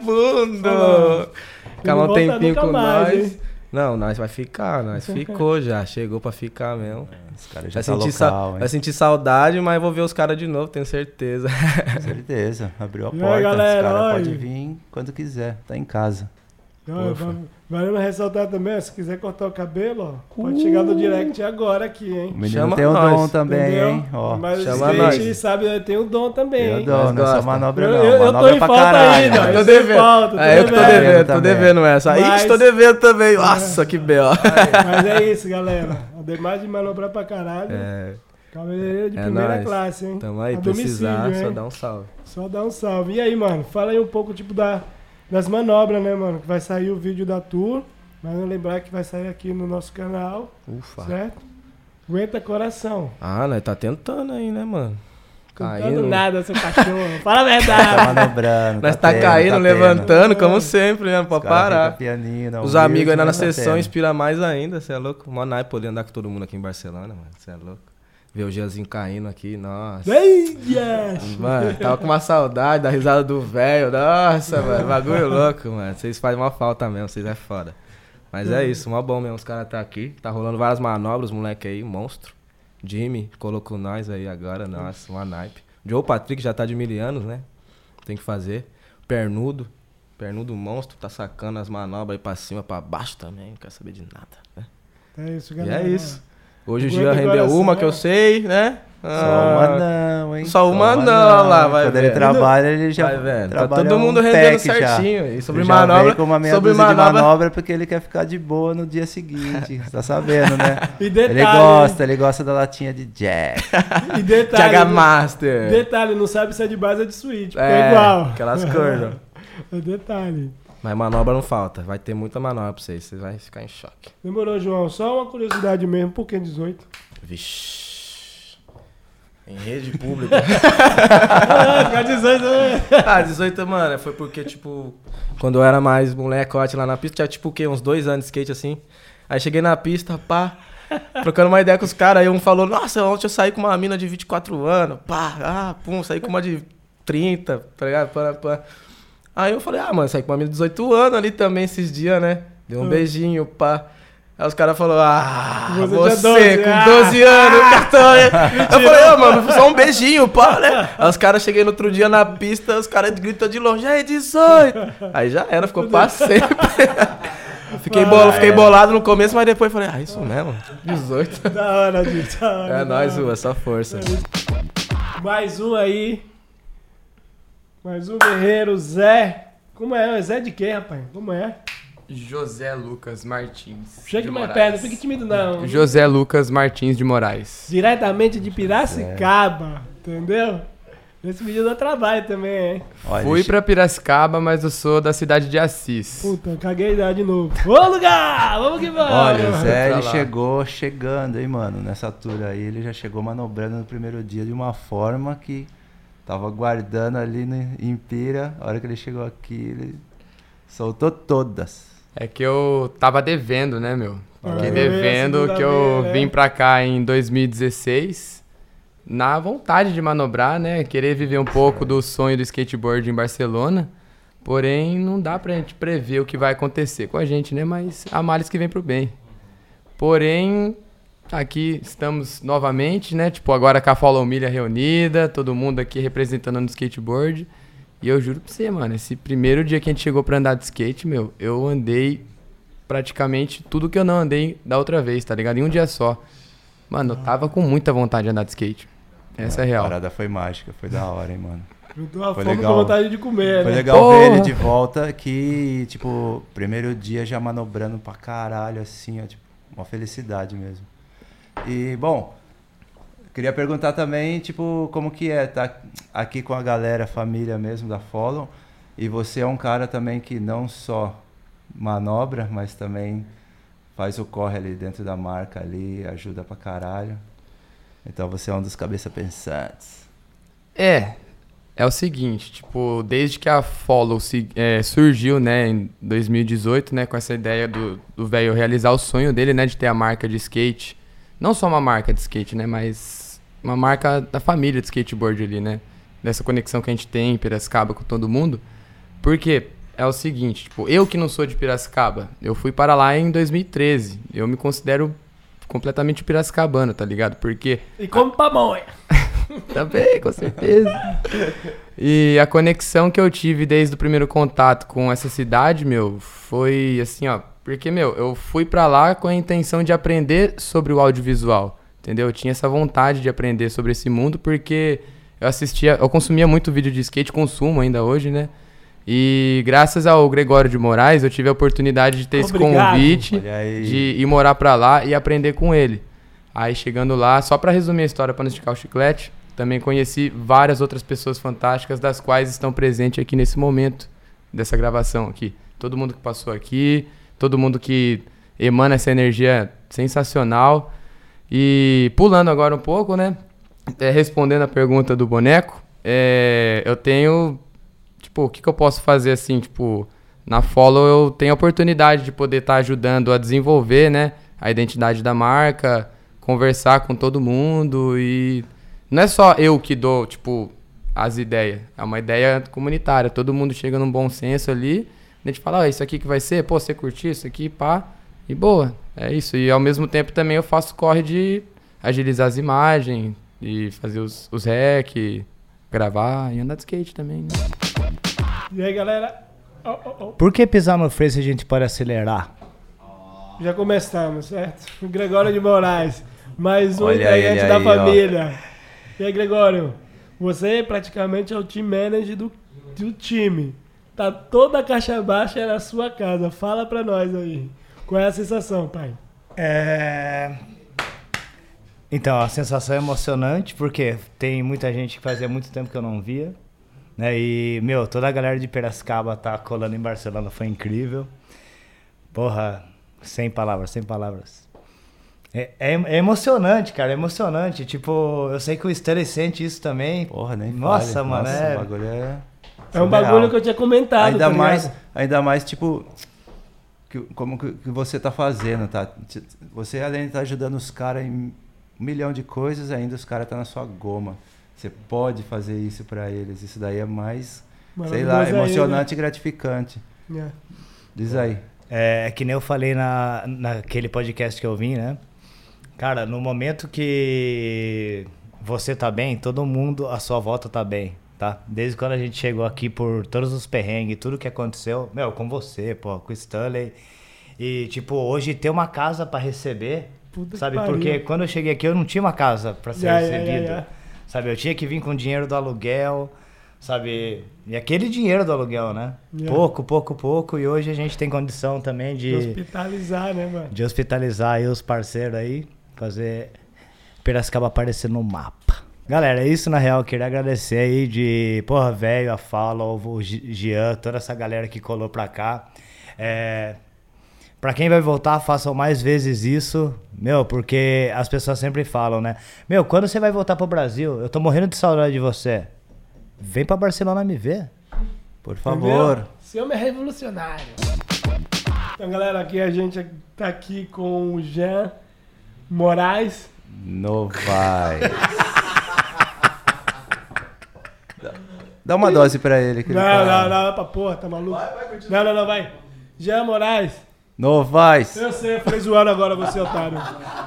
vagabundos? Ficar mal um Não volta tempinho nunca com mais, nós. hein? Não, nós vai ficar, nós ficou já, chegou pra ficar mesmo. Os caras já Vai tá sentir, local, sa- hein? vai sentir saudade, mas vou ver os caras de novo, tenho certeza. Com certeza. Abriu a E aí, porta. galera, Os caras olha. podem vir quando quiser. Tá em casa. Ó, Ufa. va- Valendo ressaltar também, ó, se quiser cortar o cabelo, ó, pode chegar no direct agora aqui, O hein? menino Chama tem o nós, dom também, Entendeu? hein? Ó, Mas o chama skate, nós. sabe, tem o dom também, tem o hein? dom, Nós não é só gosta. manobra Eu, não. eu, eu tô manobra em pra falta caralho. ainda, Tô eu tô em devendo. falta, tô É, eu que tô devendo. devendo, tô também. devendo essa. Mas- Ixi, tô devendo também. Nossa, que B O. Mas é isso, galera. Ademais de manobrar pra caralho, É, cabeleireiro de É primeira nóis. classe, hein? tamo aí, A precisar, domicílio, só hein? dá um salve. Só dá um salve. E aí, mano, fala aí um pouco, tipo, da, das manobras, né, mano? Que vai sair o vídeo da tour. Mas não lembrar que vai sair aqui no nosso canal, Ufa. certo? Aguenta coração. Ah, nós tá tentando aí, né, mano? Caindo. Caindo. nada, seu cachorro. Fala a Tá verdade. manobrando. Nós tá tendo, caindo, tá levantando, tendo. como sempre, né? Não Os pode caras parar. ficam pianinho, não, Os humilde, amigos aí na mas tá sessão tendo. inspiram mais ainda, você é louco? Mó naipe poder andar com todo mundo aqui em Barcelona, mano. Você é louco? Ver o Gianzinho caindo aqui, nossa. Ei, yes. Mano, tava com uma saudade da risada do velho. Nossa, mano, bagulho louco, mano. Vocês fazem uma falta mesmo, vocês é foda. Mas é isso, mó bom mesmo. Os caras tá aqui, tá rolando várias manobras, moleque aí, monstro. Jimmy colocou nós aí agora, nossa, uma naipe. Joe Patrick já tá de mil anos, né? Tem que fazer. Pernudo, Pernudo monstro, tá sacando as manobras aí pra cima, pra baixo também, não quer saber de nada, né? É isso, E galera. é isso. Hoje o Aguenta Jean o rendeu coração, uma que eu né? sei, né? Só Ah, uma não, hein? só uma não lá, vai Quando ele vendo. trabalha, ele já vai vendo. Tá trabalha todo mundo um rendendo pack já. certinho. E sobre Ele já manobra, vem com uma meia sobre dúzia de manobra, manobra porque ele quer ficar de boa no dia seguinte. Você tá sabendo, né? E detalhe, Ele gosta, ele gosta da latinha de Jack. E detalhe, Jaga né? Master. Detalhe, não sabe se é de base ou de suíte, porque É, é igual. aquelas cores. É detalhe. Mas manobra não falta. Vai ter muita manobra pra vocês. Vocês vão ficar em choque. Demorou, João. Só uma curiosidade mesmo, por que dezoito? Vixe. Em rede pública. Ah, ficar dezoito também. Ah, dezoito, mano, foi porque, tipo, quando eu era mais molecote lá na pista, tinha, tipo, o quê? Uns dois anos de skate, assim. Aí cheguei na pista, pá, trocando uma ideia com os caras, aí um falou, nossa, ontem eu saí com uma mina de vinte e quatro anos, pá, ah, pum, saí com uma de trinta, tá ligado? Pá, pá. Aí eu falei, ah, mano, saí com uma mina de dezoito anos ali também esses dias, né? Deu um Hum. beijinho, pá. Aí os caras falaram, ah, Você você, tinha doze, com ah. doze anos, cartão. Eu falei, ah, mano, só um beijinho, pá, né? Aí os caras, cheguei no outro dia na pista, os caras gritam de longe, aí, dezoito. Aí já era, ficou pra sempre. Fiquei, bolo, fiquei bolado no começo, mas depois falei, ah, isso mesmo, dezoito. Da hora, gente. Da hora, É da nóis, hora. Rua, só força. Mais um aí. Mais um guerreiro, Zé. Como é? Zé de quê, rapaz? Como é? José Lucas Martins. Chega de mais Moraes. perto, não fique tímido não. José Lucas Martins de Moraes. Diretamente de Piracicaba, entendeu? Esse vídeo dá trabalho também, hein? Olha, Fui ele pra Piracicaba, mas eu sou da cidade de Assis. Puta, caguei já de novo. Ô, lugar! Vamos que vamos! Olha, o Zé, Pra ele lá. chegou chegando, hein, mano, nessa altura aí, ele já chegou manobrando no primeiro dia de uma forma que tava guardando ali no, em Pira, a hora que ele chegou aqui, ele soltou todas. É que eu tava devendo, né, meu? Fiquei Ah, devendo segunda que eu vez, né? vim pra cá em dois mil e dezesseis na vontade de manobrar, né? Querer viver um pouco do sonho do skateboard em Barcelona. Porém, não dá pra gente prever o que vai acontecer com a gente, né? Mas há males que vem pro bem. Porém, aqui estamos novamente, né? Tipo, agora com a Follow Milha reunida, todo mundo aqui representando no skateboard. E eu juro pra você, mano, esse primeiro dia que a gente chegou pra andar de skate, meu, eu andei praticamente tudo que eu não andei da outra vez, tá ligado? Em um dia só. Mano, eu tava com muita vontade de andar de skate. Essa é A real. parada foi mágica, foi da hora, hein, mano. Juntou a Foi fome legal. com vontade de comer, Foi né? legal Porra. ver ele de volta que, tipo, primeiro dia já manobrando pra caralho, assim, ó, tipo, uma felicidade mesmo. E, bom, queria perguntar também, tipo, como que é tá aqui com a galera, família mesmo da Follow, e você é um cara também que não só manobra, mas também faz o corre ali dentro da marca ali, ajuda pra caralho. Então você é um dos cabeça pensantes. É, é o seguinte, tipo, desde que a Follow se, é, surgiu, né, em dois mil e dezoito, né, com essa ideia do do velho realizar o sonho dele, né, de ter a marca de skate. Não só uma marca de skate, né, mas uma marca da família de skateboard ali, né, dessa conexão que a gente tem em Piracicaba com todo mundo. Porque é o seguinte, tipo, eu que não sou de Piracicaba, eu fui para lá em dois mil e treze. Eu me considero completamente piracicabano, tá ligado? Porque E come pamonha. também, com certeza. E a conexão que eu tive desde o primeiro contato com essa cidade, meu, foi assim, ó. Porque, meu, eu fui pra lá com a intenção de aprender sobre o audiovisual, entendeu? Eu tinha essa vontade de aprender sobre esse mundo porque eu assistia, eu consumia muito vídeo de skate, consumo ainda hoje, né? E graças ao Gregório de Moraes, eu tive a oportunidade de ter esse Obrigado. convite Olha aí. de ir morar pra lá e aprender com ele. Aí chegando lá, só pra resumir a história, pra não esticar o chiclete, também conheci várias outras pessoas fantásticas, das quais estão presentes aqui nesse momento dessa gravação aqui. Todo mundo que passou aqui, todo mundo que emana essa energia sensacional. E pulando agora um pouco, né? É, respondendo a pergunta do boneco, é, eu tenho... Tipo, o que, que eu posso fazer assim, tipo... Na Follow eu tenho a oportunidade de poder estar ajudando a desenvolver, né? A identidade da marca, conversar com todo mundo e... Não é só eu que dou, tipo, as ideias. É uma ideia comunitária. Todo mundo chega num bom senso ali. A gente fala, ó, isso aqui que vai ser? Pô, você curtiu isso aqui, pá. E boa, é isso. E ao mesmo tempo também eu faço corre de agilizar as imagens e fazer os, os rec, gravar e andar de skate também, né? E aí, galera? Oh, oh, oh. Por que pisar no freio se a gente pode acelerar? Já começamos, certo? O Gregório de Moraes, mais um Olha integrante ele da aí, ó. família. E aí, Gregório, você praticamente é o team manager do, do time. Tá toda a caixa baixa na sua casa. Fala pra nós aí. Qual é a sensação, pai? É... Então, a sensação é emocionante, porque tem muita gente que fazia muito tempo que eu não via. Né? E, meu, toda a galera de Piracicaba tá colando em Barcelona, foi incrível. Porra, sem palavras, sem palavras. É, é, é emocionante, cara, é emocionante. Tipo, eu sei que o Stanley sente isso também. Porra, nem Nossa, fale. mano, Nossa, é... o bagulho é... É um surreal. bagulho que eu tinha comentado, Ainda tá mais, ligado? ainda mais, tipo, que, como que, que você tá fazendo, tá? Você, além de estar ajudando os caras em um milhão de coisas, ainda os caras tá na sua goma. Você pode fazer isso pra eles. Isso daí é mais, sei lá, Maravilhoso emocionante e gratificante. ainda. É. Diz aí. É, é que nem eu falei na, naquele podcast que eu vim, né? Cara, no momento que você tá bem, todo mundo à sua volta tá bem, tá? Desde quando a gente chegou aqui por todos os perrengues, tudo que aconteceu, meu, com você, pô, com o Stanley. E, tipo, hoje ter uma casa pra receber, Puta que sabe? pariu. Porque quando eu cheguei aqui eu não tinha uma casa pra ser Ya, ya, ya, recebido. ya. Sabe? Eu tinha que vir com o dinheiro do aluguel, sabe? E aquele dinheiro do aluguel, né? Ya. Pouco, pouco, pouco. E hoje a gente tem condição também De hospitalizar, né, mano? de hospitalizar aí os parceiros aí, fazer Piracicaba aparecer no mapa. Galera, é isso na real. Queria agradecer aí de, porra, velho, a Fala, o Jean, toda essa galera que colou pra cá. É, pra quem vai voltar, façam mais vezes isso, meu, porque as pessoas sempre falam, né? Meu, quando você vai voltar pro Brasil? Eu tô morrendo de saudade de você. Vem pra Barcelona me ver, por favor. Entendeu? Esse homem é revolucionário. Então, galera, aqui a gente tá aqui com o Jean Moraes. Novaes. Dá uma dose pra ele. Que não, ele não, não, não, pra porra, tá maluco? Vai, vai, continua. Não, não, não, vai. Jean Moraes. Novaes. Eu sei, eu falei zoando agora você, otário.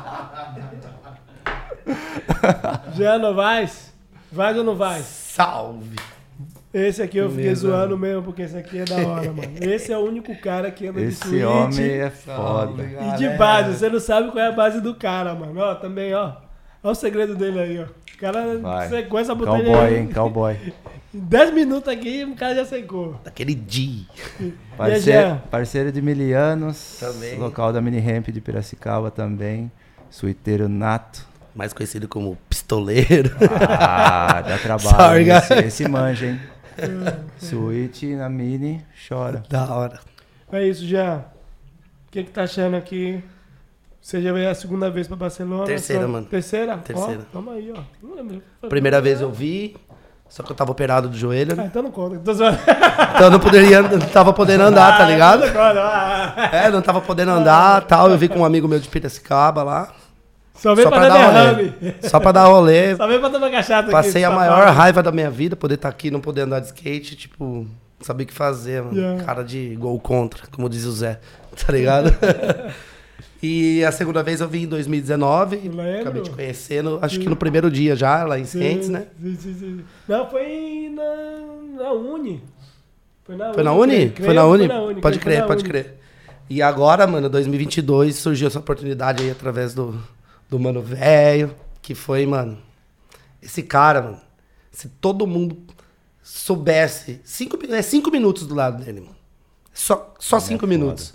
Jean Novaes. Vai ou não vai? Salve. Esse aqui eu fiquei zoando mesmo, porque esse aqui é da hora, mano. Esse é o único cara que anda esse de suíte. Esse homem é foda. E de base, você não sabe qual é a base do cara, mano. Ó, também, ó. Olha o segredo dele aí, ó. O cara vai. sequência a botar Cowboy, ele. hein? Cowboy. Em dez minutos aqui, o cara já secou. Daquele dia. Parceiro, parceiro de Milianos. Também. Local da Mini Ramp de Piracicaba também. Suiteiro nato. Mais conhecido como pistoleiro. Ah, dá trabalho. Sorry, esse, esse manja, hein? Suíte na Mini, chora. Da hora. É isso, Jean. O que que tá achando aqui? Você já veio a segunda vez pra Barcelona? Terceira, só... mano. Terceira? Terceira. Ó, toma aí, ó. Não lembro. Primeira vez eu vi, só que eu tava operado do joelho. Ah, então não conta. Tô zoando. Então eu não poderia, não tava podendo andar, tá ligado? Ah, não conta. Ah. É, não tava podendo andar e tal. Eu vi com um amigo meu de Piracicaba lá. Só veio Só pra, pra dar dar derrame. Só pra dar rolê. Só veio pra tomar cachaça aqui. Passei a safado. maior raiva da minha vida, poder estar aqui e não poder andar de skate, tipo, não sabia o que fazer, mano. Yeah. Cara de gol contra, como diz o Zé, tá ligado? E a segunda vez eu vim em dois mil e dezenove, Lembro. acabei te conhecendo, acho que no primeiro dia já, lá em Cientes, né? Sim, sim, sim. Não, foi na, na Uni. Foi na Foi na Uni? Uni? Creio, Foi na Uni? Foi na Uni. Pode creio, crer, foi na pode Uni. crer. E agora, mano, dois mil e vinte e dois, surgiu essa oportunidade aí através do, do Mano Velho, que foi, mano, esse cara, mano, se todo mundo soubesse, cinco, é cinco minutos do lado dele, mano. Só, só cinco é minutos.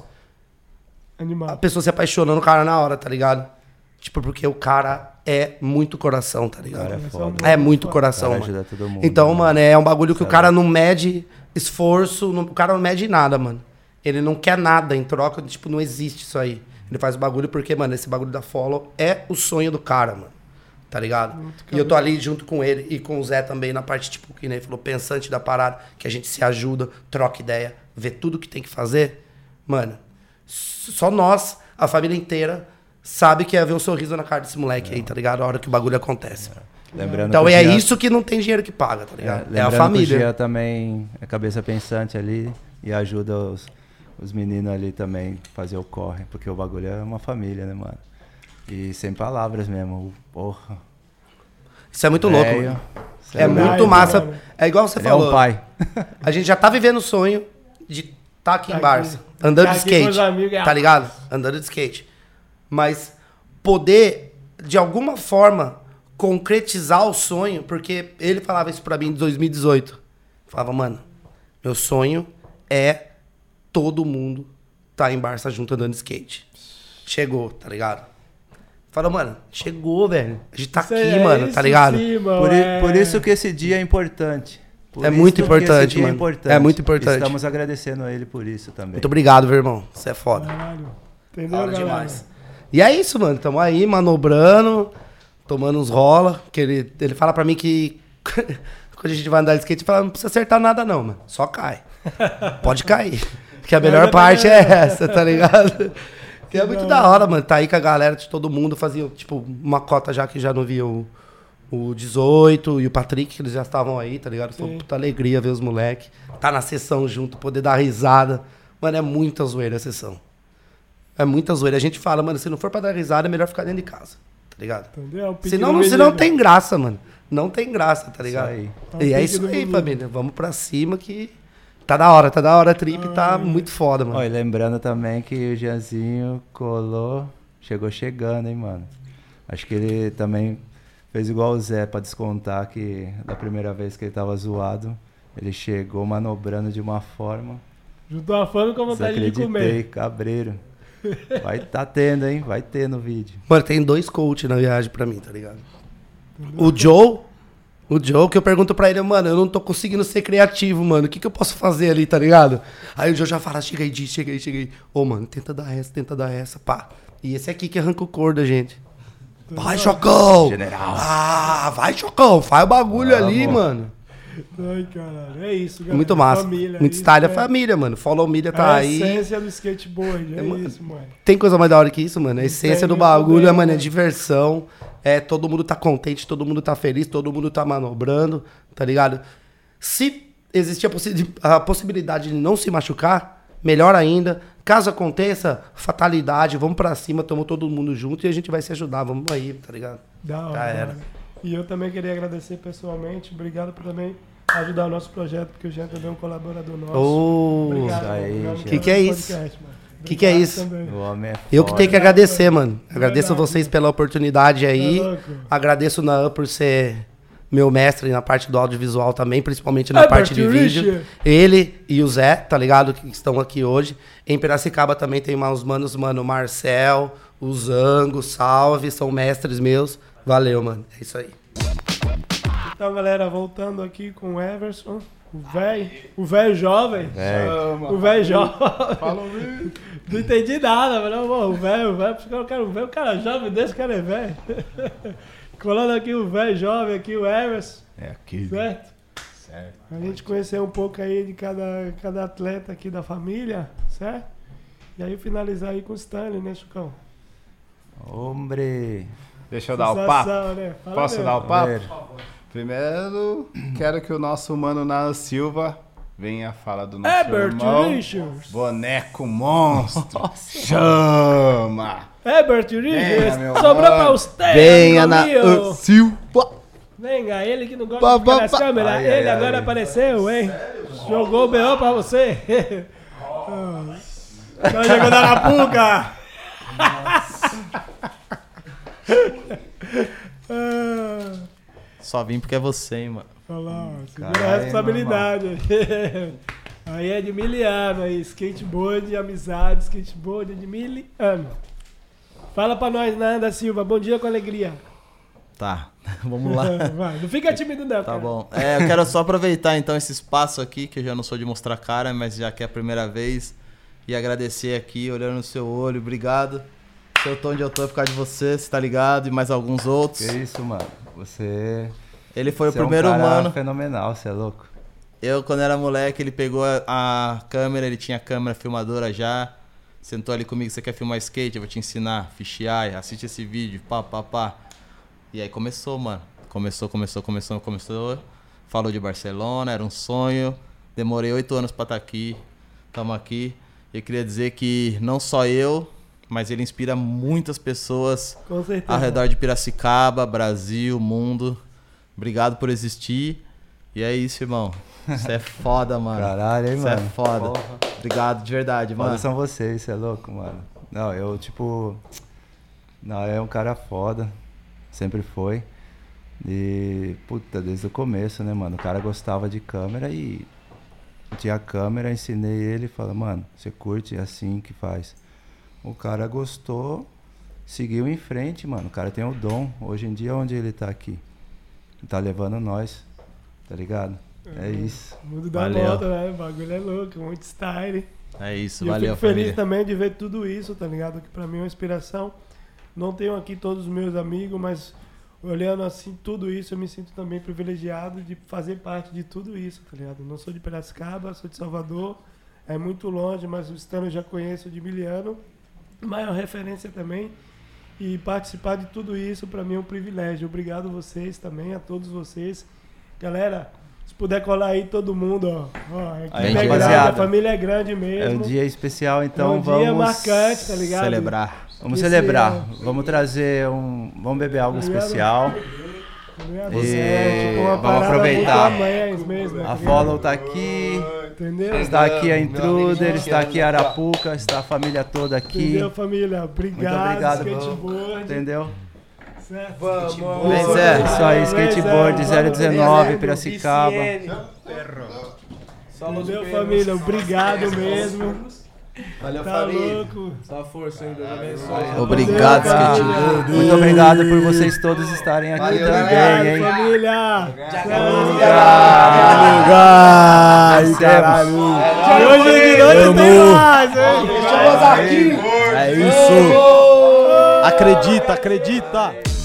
Animal. A pessoa se apaixona no cara na hora, tá ligado? Tipo, porque o cara é muito coração, tá ligado? Cara, é foda. É muito coração, Cara, mano. ajuda todo mundo, Então, mano. mano, é um bagulho que o Sabe? cara não mede esforço, não- o cara não mede nada, mano. Ele não quer nada em troca, tipo, não existe isso aí. Ele faz o bagulho porque, mano, esse bagulho da Follow é o sonho do cara, mano. Tá ligado? E eu tô ali junto com ele e com o Zé também na parte, tipo, que nem ele falou, pensante da parada, que a gente se ajuda, troca ideia, vê tudo que tem que fazer. Mano, s- só nós, a família inteira, sabe que é ver um sorriso na cara desse moleque aí, tá ligado? A hora que o bagulho acontece. Lembrando Então que o é Jean- isso que não tem dinheiro que paga, tá É, ligado? É, a lembrando que o família. Jean também é cabeça pensante ali e ajuda os, os meninos ali também fazer o corre, porque o bagulho é uma família, né, mano? E sem palavras mesmo, porra. Isso é muito louco, Velho, mano. cê É louco. muito massa. É igual você Ele é falou. um pai. A gente já tá vivendo o sonho de estar tá aqui Tá em Barça, aqui. andando Tá de aqui com skate, os amigos, é tá ligado? Andando de skate. Mas poder, de alguma forma, concretizar o sonho, porque ele falava isso pra mim em dois mil e dezoito. Falava, mano, meu sonho é todo mundo tá em Barça junto andando de skate. Chegou, tá ligado? Fala, mano, chegou, velho. A gente tá Isso aqui, é mano, isso tá ligado? sim, mano, Por, i- é. por isso que esse dia é importante. Por É isso muito que importante, esse dia mano. É, importante. É muito importante. Estamos agradecendo a ele por isso também. Muito obrigado, meu irmão. Você é foda. Caralho. Entendeu, Da hora galera? demais. E é isso, mano. Tamo aí manobrando, tomando uns rola. Que ele, ele fala pra mim que quando a gente vai andar de skate, ele fala, não precisa acertar nada não, mano. Só cai. Pode cair. Porque a melhor parte é essa, tá ligado? Que é muito da hora, mano. Tá aí com a galera de todo mundo. Fazia, tipo, uma cota já que já não via o, o dezoito e o Patrick, que eles já estavam aí, tá ligado? Foi uma puta alegria ver os moleques. Tá na sessão junto, poder dar risada. Mano, é muita zoeira a sessão. É muita zoeira. A gente fala, mano, se não for pra dar risada, é melhor ficar dentro de casa, tá ligado? Entendeu? O pique Senão, do não, menino. senão não tem graça, mano. Não tem graça, tá ligado? aí. É o E é pique isso do aí, menino. família. Vamos pra cima que tá da hora, tá da hora a trip, tá muito foda, mano. Ó, e lembrando também que o Jeanzinho colou, chegou chegando, hein, mano. Acho que ele também fez igual o Zé pra descontar que da primeira vez que ele tava zoado, ele chegou manobrando de uma forma. Juntou a fome com a vontade de Desacreditei, comer. cabreiro. Vai tá tendo, hein? Vai ter no vídeo. Mano, tem dois coaches na viagem pra mim, tá ligado? O Joe, O Joe, que eu pergunto pra ele, mano, eu não tô conseguindo ser criativo, mano. O que que eu posso fazer ali, tá ligado? Aí o Joe já fala, chega aí, Di, chega aí, chega aí. Ô, mano, tenta dar essa, tenta dar essa, pá. E esse aqui que arranca o cor da gente. Vai, Chocão! General. Ah, vai, Chocão, faz o bagulho Ah, ali, amor. mano. Ai, caralho. É isso, galera. Muito massa. Família, Muito isso style é é família, mano. Follow Media tá a aí. essência do skateboard. É, É, mano. isso, mano. Tem coisa mais da hora que isso, mano. A essência tem do nem bagulho poder, é, mano, é mano. diversão. É, todo mundo tá contente, todo mundo tá feliz, todo mundo tá manobrando, tá ligado? Se existir a, possi- a possibilidade de não se machucar, melhor ainda. Caso aconteça, fatalidade, vamos pra cima, tamo todo mundo junto e a gente vai se ajudar, vamos aí, tá ligado? Da hora, Já era. mano. E eu também queria agradecer pessoalmente. Obrigado por também ajudar o nosso projeto, porque o Jean também é um colaborador nosso. Ô, Obrigado. isso aí, obrigado Jean. pelo Que que é isso? podcast, mano. Que que é Obrigado isso? também. O homem é Eu que foda. tenho que agradecer, mano. Agradeço Verdade. vocês pela oportunidade aí. Tá louco. Agradeço o Naan por ser meu mestre na parte do audiovisual também, principalmente na Herbert parte de vídeo. Richard. Ele e o Zé, tá ligado? Que estão aqui hoje. Em Piracicaba também tem uns manos, mano, o Marcel, o Zango, Salve, são mestres meus. Valeu, mano. É isso aí. Então, galera, voltando aqui com o Everson, o velho, o velho jovem. Velho. O velho jovem. Não entendi nada, mas não, pô, o velho, o velho, eu quero ver o cara jovem desse, cara é velho. Colando aqui o velho jovem, aqui o Everson, É aqui. certo? Certo. A gente conhecer um pouco aí de cada, cada atleta aqui da família, certo? E aí finalizar aí com o Stanley, né, Chucão? Hombre. Deixa eu dar o papo. Sensação, né? Fala Posso mesmo. dar o papo? Ver. Primeiro, quero que o nosso mano Naan Silva venha falar do nosso Herbert irmão. Richards. Boneco monstro. Chama! Herbert Venha, Richards, meu sobrou mano. pra você. Venha amigo na meu. Silva. Venga, ele que não gosta Ba, de ficar ba, nas ba. câmeras, Ai, ele ai, agora ai. apareceu, hein? Jogou o B O pra você. Então jogou da Arapuca. Ah, Só vim porque é você, hein, mano. olha lá, segura a Caralho, responsabilidade. Aí é de miliano aí, skateboard, amizade, skateboard de miliano. Fala pra nós, Nanda Silva, bom dia com alegria. Tá, vamos lá. Vai, não fica tímido não, Tá cara. bom. É, eu quero só aproveitar então esse espaço aqui, que eu já não sou de mostrar cara, mas já que é a primeira vez, e agradecer aqui, olhando no seu olho, obrigado. Se eu tô onde eu tô é por causa de você, você tá ligado? E mais alguns outros. Que isso, mano. Você. Ele foi você o primeiro é um cara humano. fenomenal, você é louco. Eu, quando era moleque, ele pegou a, a câmera, ele tinha a câmera filmadora já. Sentou ali comigo, você quer filmar skate? Eu vou te ensinar. Fisheye, assiste esse vídeo, pá, pá, pá. E aí começou, mano. Começou, começou, começou, começou. Falou de Barcelona, era um sonho. Demorei oito anos pra estar aqui. Tamo aqui. E eu queria dizer que não só eu, mas ele inspira muitas pessoas Com certeza. ao redor de Piracicaba, Brasil, mundo. Obrigado por existir. E é isso, irmão. Você é foda, mano. Caralho, hein, Você mano. é foda. Porra. Obrigado de verdade, Foda mano. são vocês, você é louco, mano. Não, eu, tipo. Não, é um cara foda. Sempre foi. E, puta, desde o começo, né, mano? O cara gostava de câmera e. Tinha câmera, ensinei ele e falei, mano, você curte, é assim que faz. O cara gostou, seguiu em frente, mano. O cara tem o dom. Hoje em dia, onde ele tá aqui? Tá levando nós, tá ligado? É isso. O mundo dá Valeu. volta, né? O bagulho é louco, muito style. É isso, E eu valeu, fico feliz família. também de ver tudo isso, tá ligado? Que pra mim é uma inspiração. Não tenho aqui todos os meus amigos, mas olhando assim tudo isso, eu me sinto também privilegiado de fazer parte de tudo isso, tá ligado? Não sou de Piracicaba, sou de Salvador. É muito longe, mas o Stan eu já conheço de Miliano. Maior referência também. E participar de tudo isso pra mim é um privilégio. Obrigado a vocês também, a todos vocês. Galera, se puder colar aí todo mundo, ó. ó a equipe Aí, é grande, rapaziada. a família é grande É mesmo. um dia especial, então é um vamos. dia marcante, tá ligado? Celebrar. Vamos Esse celebrar. é- Vamos trazer um. Vamos beber algo Obrigado. especial. Você, E tipo, uma vamos parada aproveitar. muito a mais mesmo, tá A ligado? Follow tá aqui. Entendeu? Está aqui a Intruder, está aqui a Arapuca, está a família toda aqui. Entendeu, família? Obrigado, Muito obrigado, skateboard. Entendeu? Certo? Vamos. Vem, Zé. Isso aí, Vem, skateboard Zé. zero dezenove, Vem, Piracicaba. Entendeu, família? Obrigado mesmo. Valeu, Tá família. louco. Só força aí, Deus abençoe. Obrigado, Deus, Skate. Muito obrigado por vocês todos estarem aqui Valeu, também, Obrigado, hein? família. Ai, caralho. De hoje de noite tem mais, hein? Estamos aqui. É isso. Acredita, acredita.